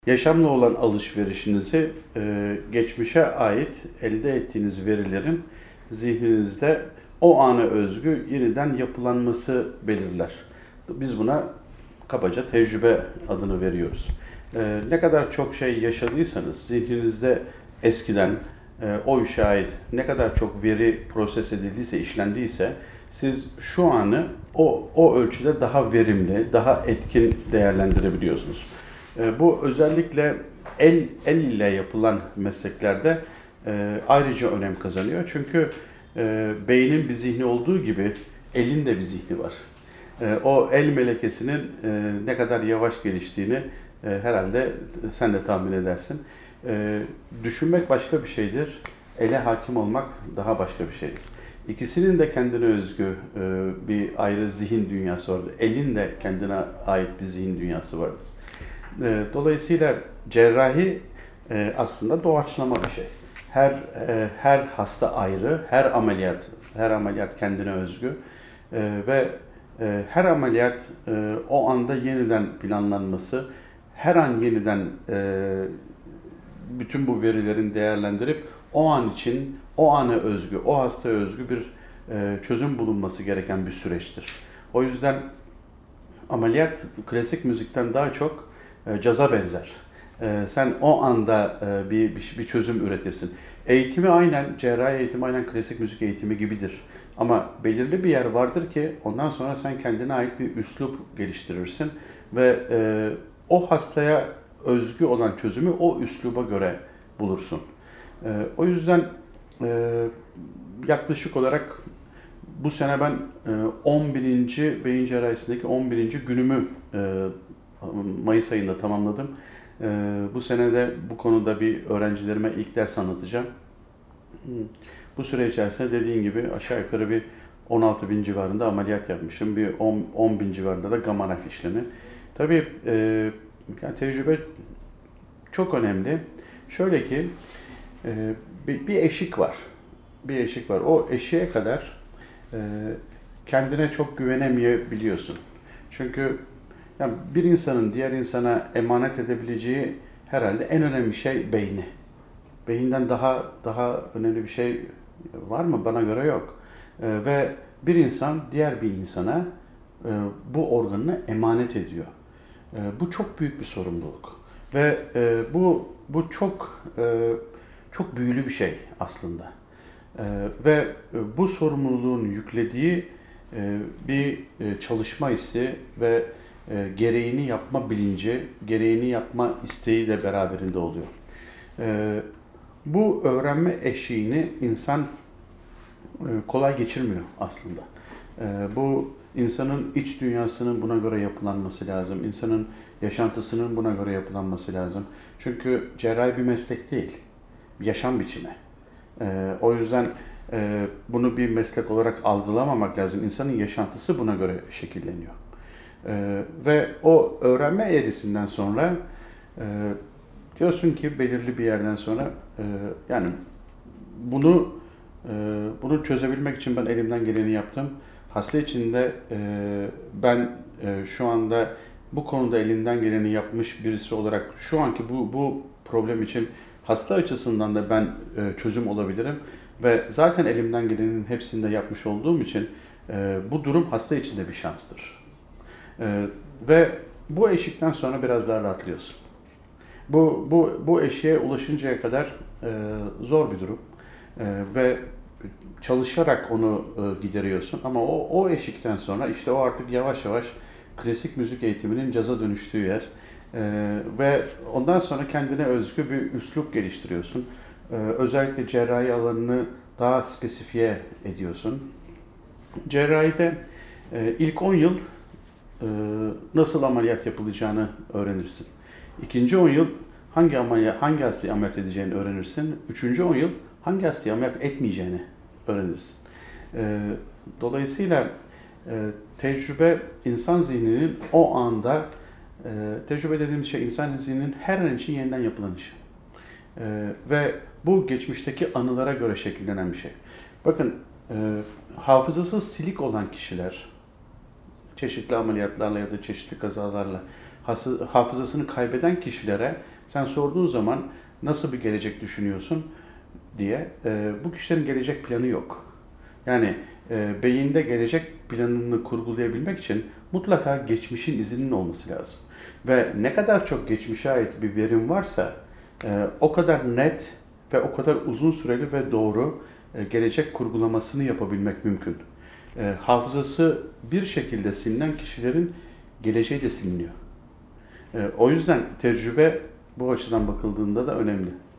Yaşamla olan alışverişinizi geçmişe ait elde ettiğiniz verilerin zihninizde o ana özgü yeniden yapılanması belirler. Biz buna kabaca tecrübe adını veriyoruz. Ne kadar çok şey yaşadıysanız zihninizde eskiden o işe ait ne kadar çok veri proses edildiyse, işlendiyse siz şu anı o ölçüde daha verimli, daha etkin değerlendirebiliyorsunuz. Bu özellikle el ile yapılan mesleklerde ayrıca önem kazanıyor. Çünkü beynin bir zihni olduğu gibi elin de bir zihni var. O el melekesinin ne kadar yavaş geliştiğini herhalde sen de tahmin edersin. Düşünmek başka bir şeydir, ele hakim olmak daha başka bir şeydir. İkisinin de kendine özgü bir ayrı zihin dünyası vardır. Elin de kendine ait bir zihin dünyası vardır. Dolayısıyla cerrahi aslında doğaçlama bir şey. Her hasta ayrı, her ameliyat kendine özgü ve her ameliyat o anda yeniden planlanması, her an yeniden bütün bu verilerin değerlendirip o an için, o ana özgü, o hastaya özgü bir çözüm bulunması gereken bir süreçtir. O yüzden ameliyat klasik müzikten daha çok caza benzer. Sen o anda bir çözüm üretirsin. Eğitimi aynen, cerrahi eğitimi aynen klasik müzik eğitimi gibidir. Ama belirli bir yer vardır ki ondan sonra sen kendine ait bir üslup geliştirirsin ve o hastaya özgü olan çözümü o üsluba göre bulursun. O yüzden yaklaşık olarak bu sene ben 11. beyin cerrahisindeki 11. günümü Mayıs ayında tamamladım. Bu sene de bu konuda bir öğrencilerime ilk ders anlatacağım. Bu süre içerisinde dediğin gibi aşağı yukarı bir 16 bin civarında ameliyat yapmışım. Bir 10 bin civarında da gamma knife işlemi. Tabii yani tecrübe çok önemli. Şöyle ki bir eşik var. Bir eşik var. O eşiğe kadar kendine çok güvenemeyebiliyorsun. Çünkü yani bir insanın diğer insana emanet edebileceği herhalde en önemli şey beyni. Beyinden daha önemli bir şey var mı? Bana göre yok. Ve bir insan diğer bir insana bu organını emanet ediyor. Bu çok büyük bir sorumluluk. Ve bu çok büyülü bir şey aslında. Ve bu sorumluluğun yüklediği bir çalışma hissi ve gereğini yapma bilinci, gereğini yapma isteği de beraberinde oluyor. Bu öğrenme eşiğini insan kolay geçirmiyor aslında. Bu insanın iç dünyasının buna göre yapılanması lazım. İnsanın yaşantısının buna göre yapılanması lazım. Çünkü cerrahi bir meslek değil, bir yaşam biçimi. O yüzden bunu bir meslek olarak algılamamak lazım. İnsanın yaşantısı buna göre şekilleniyor. Ve o öğrenme eğrisinden sonra diyorsun ki belirli bir yerden sonra yani bunu çözebilmek için ben elimden geleni yaptım. Hasta için de ben şu anda bu konuda elinden geleni yapmış birisi olarak şu anki bu problem için hasta açısından da ben çözüm olabilirim ve zaten elimden gelenin hepsini de yapmış olduğum için bu durum hasta için de bir şanstır. Ve bu eşikten sonra biraz daha rahatlıyorsun. Bu eşiğe ulaşıncaya kadar zor bir durum ve çalışarak onu gideriyorsun ama o eşikten sonra işte o artık yavaş yavaş klasik müzik eğitiminin caza dönüştüğü yer ve ondan sonra kendine özgü bir üslup geliştiriyorsun. Özellikle cerrahi alanını daha spesifiye ediyorsun. Cerrahide ilk 10 yıl nasıl ameliyat yapılacağını öğrenirsin. İkinci 10 yıl hangi hastayı ameliyat edeceğini öğrenirsin. Üçüncü 10 yıl hangi hastayı ameliyat etmeyeceğini öğrenirsin. Dolayısıyla tecrübe insan zihninin o anda, tecrübe dediğimiz şey insan zihninin her an için yeniden yapılanışı. Ve bu geçmişteki anılara göre şekillenen bir şey. Bakın hafızası silik olan kişiler, çeşitli ameliyatlarla ya da çeşitli kazalarla hafızasını kaybeden kişilere Sen sorduğun zaman nasıl bir gelecek düşünüyorsun diye bu kişilerin gelecek planı yok. Yani beyinde gelecek planını kurgulayabilmek için mutlaka geçmişin izinin olması lazım. Ve ne kadar çok geçmişe ait bir verim varsa o kadar net ve o kadar uzun süreli ve doğru gelecek kurgulamasını yapabilmek mümkün. Hafızası bir şekilde silinen kişilerin geleceği de siliniyor. O yüzden tecrübe bu açıdan bakıldığında da önemli.